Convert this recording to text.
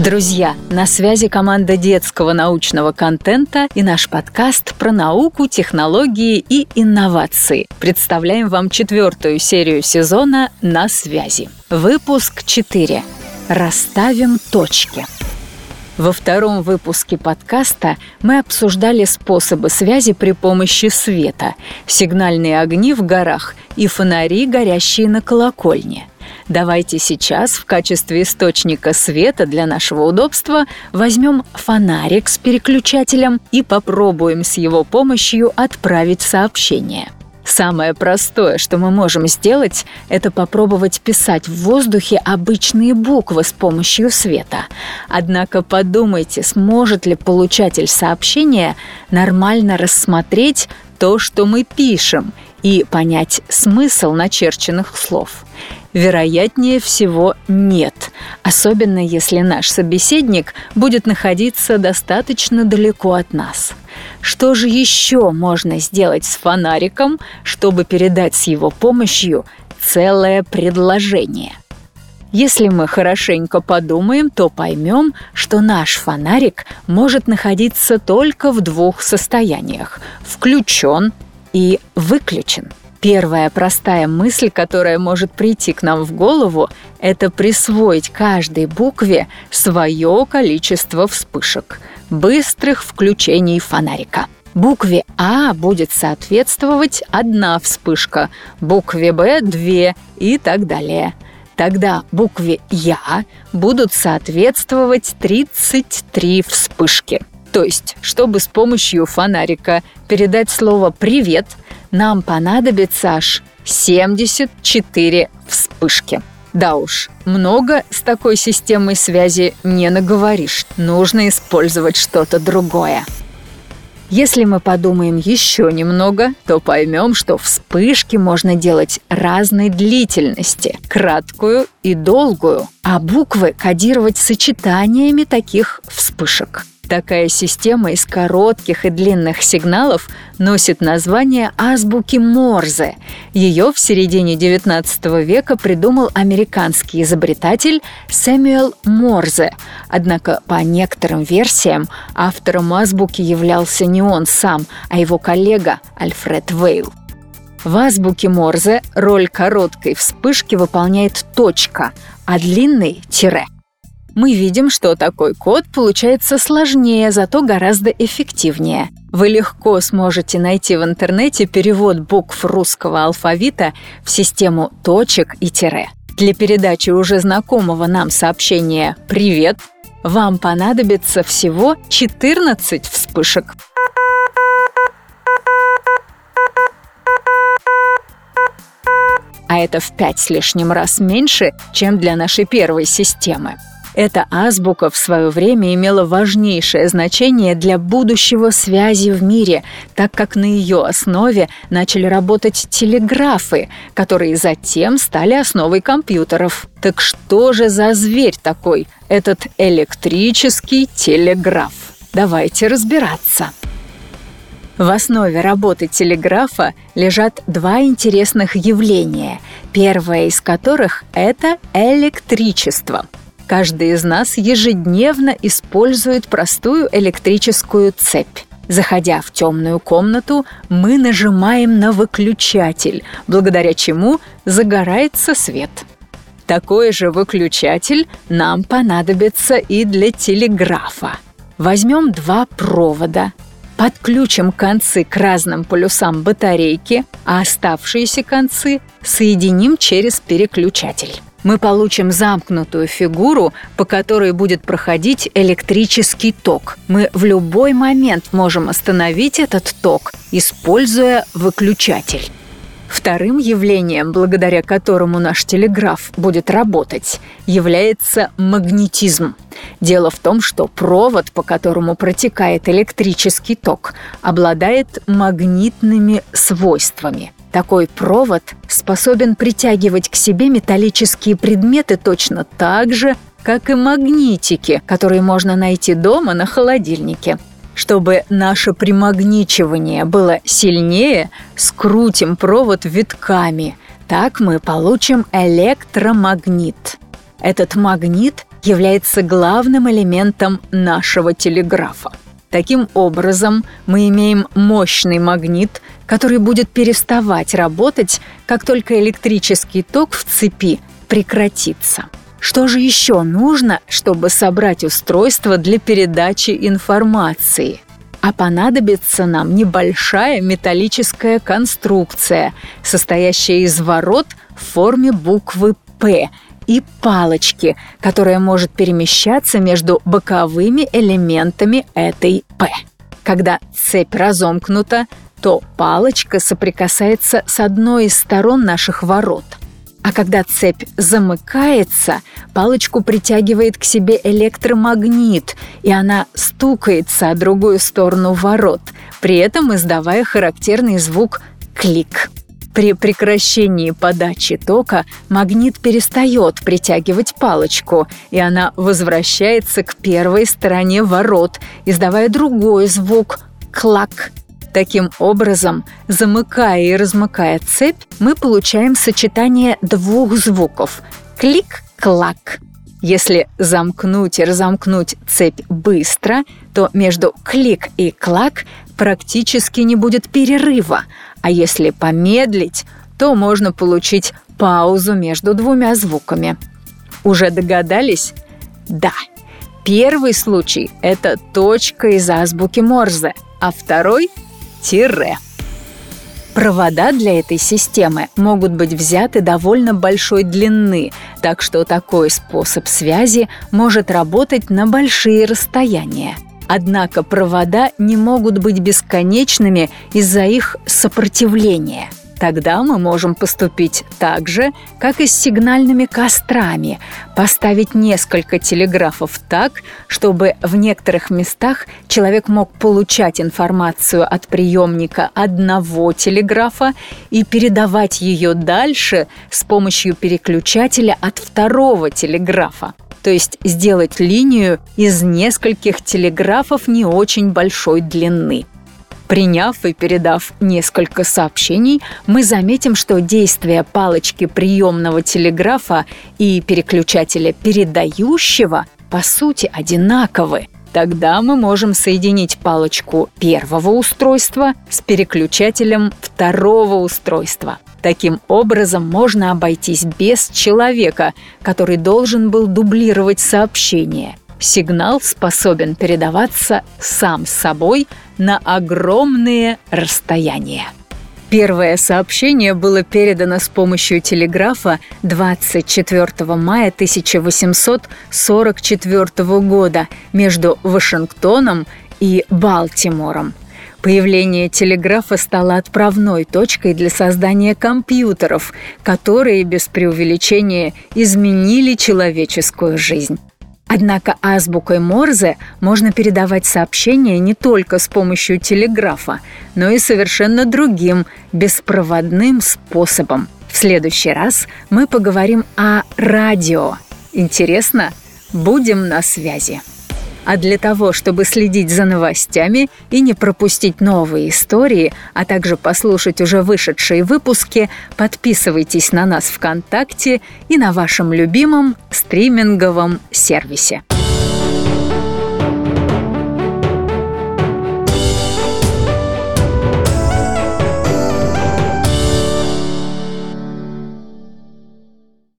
Друзья, на связи команда детского научного контента и наш подкаст про науку, технологии и инновации. Представляем вам 4-ю серию сезона «На связи». Выпуск 4. Расставим точки. Во 2-м выпуске подкаста мы обсуждали способы связи при помощи света, сигнальные огни в горах и фонари, горящие на колокольне. Давайте сейчас в качестве источника света для нашего удобства возьмем фонарик с переключателем и попробуем с его помощью отправить сообщение. Самое простое, что мы можем сделать, это попробовать писать в воздухе обычные буквы с помощью света. Однако подумайте, сможет ли получатель сообщения нормально рассмотреть то, что мы пишем, и понять смысл начерченных слов. Вероятнее всего, нет, особенно если наш собеседник будет находиться достаточно далеко от нас. Что же еще можно сделать с фонариком, чтобы передать с его помощью целое предложение? Если мы хорошенько подумаем, то поймем, что наш фонарик может находиться только в 2 состояниях – включен и выключен. Первая простая мысль, которая может прийти к нам в голову, это присвоить каждой букве свое количество вспышек, быстрых включений фонарика. Букве А будет соответствовать 1 вспышка, букве Б – 2 и так далее. Тогда букве Я будут соответствовать 33 вспышки. То есть, чтобы с помощью фонарика передать слово «привет», нам понадобится аж 74 вспышки. Да уж, много с такой системой связи не наговоришь. Нужно использовать что-то другое. Если мы подумаем еще немного, то поймем, что вспышки можно делать разной длительности – краткую и долгую, а буквы кодировать сочетаниями таких вспышек. Такая система из коротких и длинных сигналов носит название азбуки Морзе. Ее в середине XIX века придумал американский изобретатель Сэмюэл Морзе. Однако, по некоторым версиям, автором азбуки являлся не он сам, а его коллега Альфред Вейл. В азбуке Морзе роль короткой вспышки выполняет точка, а длинной – тире. Мы видим, что такой код получается сложнее, зато гораздо эффективнее. Вы легко сможете найти в интернете перевод букв русского алфавита в систему точек и тире. Для передачи уже знакомого нам сообщения «Привет» вам понадобится всего 14 вспышек. А это в 5 с лишним раз меньше, чем для нашей первой системы. Эта азбука в свое время имела важнейшее значение для будущего связи в мире, так как на ее основе начали работать телеграфы, которые затем стали основой компьютеров. Так что же за зверь такой этот электрический телеграф? Давайте разбираться. В основе работы телеграфа лежат 2 интересных явления, первое из которых – это электричество. Каждый из нас ежедневно использует простую электрическую цепь. Заходя в темную комнату, мы нажимаем на выключатель, благодаря чему загорается свет. Такой же выключатель нам понадобится и для телеграфа. Возьмем 2 провода, подключим концы к разным полюсам батарейки, а оставшиеся концы соединим через переключатель. Мы получим замкнутую фигуру, по которой будет проходить электрический ток. Мы в любой момент можем остановить этот ток, используя выключатель. Вторым явлением, благодаря которому наш телеграф будет работать, является магнетизм. Дело в том, что провод, по которому протекает электрический ток, обладает магнитными свойствами. Такой провод способен притягивать к себе металлические предметы точно так же, как и магнитики, которые можно найти дома на холодильнике. Чтобы наше примагничивание было сильнее, скрутим провод витками. Так мы получим электромагнит. Этот магнит является главным элементом нашего телеграфа. Таким образом, мы имеем мощный магнит, который будет переставать работать, как только электрический ток в цепи прекратится. Что же еще нужно, чтобы собрать устройство для передачи информации? А понадобится нам небольшая металлическая конструкция, состоящая из ворот в форме буквы «П» и палочки, которая может перемещаться между боковыми элементами этой «П». Когда цепь разомкнута, то палочка соприкасается с одной из сторон наших ворот. А когда цепь замыкается, палочку притягивает к себе электромагнит, и она стукается о другую сторону ворот, при этом издавая характерный звук «клик». При прекращении подачи тока магнит перестает притягивать палочку, и она возвращается к первой стороне ворот, издавая другой звук «клак». Таким образом, замыкая и размыкая цепь, мы получаем сочетание двух звуков – клик-клак. Если замкнуть и разомкнуть цепь быстро, то между клик и клак практически не будет перерыва, а если помедлить, то можно получить паузу между двумя звуками. Уже догадались? Да. Первый случай – это точка из азбуки Морзе, а второй – тире. Провода для этой системы могут быть взяты довольно большой длины, так что такой способ связи может работать на большие расстояния. Однако провода не могут быть бесконечными из-за их сопротивления. Тогда мы можем поступить так же, как и с сигнальными кострами, поставить несколько телеграфов так, чтобы в некоторых местах человек мог получать информацию от приемника одного телеграфа и передавать ее дальше с помощью переключателя от второго телеграфа. То есть сделать линию из нескольких телеграфов не очень большой длины. Приняв и передав несколько сообщений, мы заметим, что действия палочки приемного телеграфа и переключателя передающего по сути одинаковы. Тогда мы можем соединить палочку первого устройства с переключателем второго устройства. Таким образом, можно обойтись без человека, который должен был дублировать сообщение. Сигнал способен передаваться сам собой на огромные расстояния. Первое сообщение было передано с помощью телеграфа 24 мая 1844 года между Вашингтоном и Балтимором. Появление телеграфа стало отправной точкой для создания компьютеров, которые, без преувеличения, изменили человеческую жизнь. Однако азбукой Морзе можно передавать сообщения не только с помощью телеграфа, но и совершенно другим, беспроводным способом. В следующий раз мы поговорим о радио. Интересно? Будем на связи. А для того, чтобы следить за новостями и не пропустить новые истории, а также послушать уже вышедшие выпуски, подписывайтесь на нас ВКонтакте и на вашем любимом стриминговом сервисе.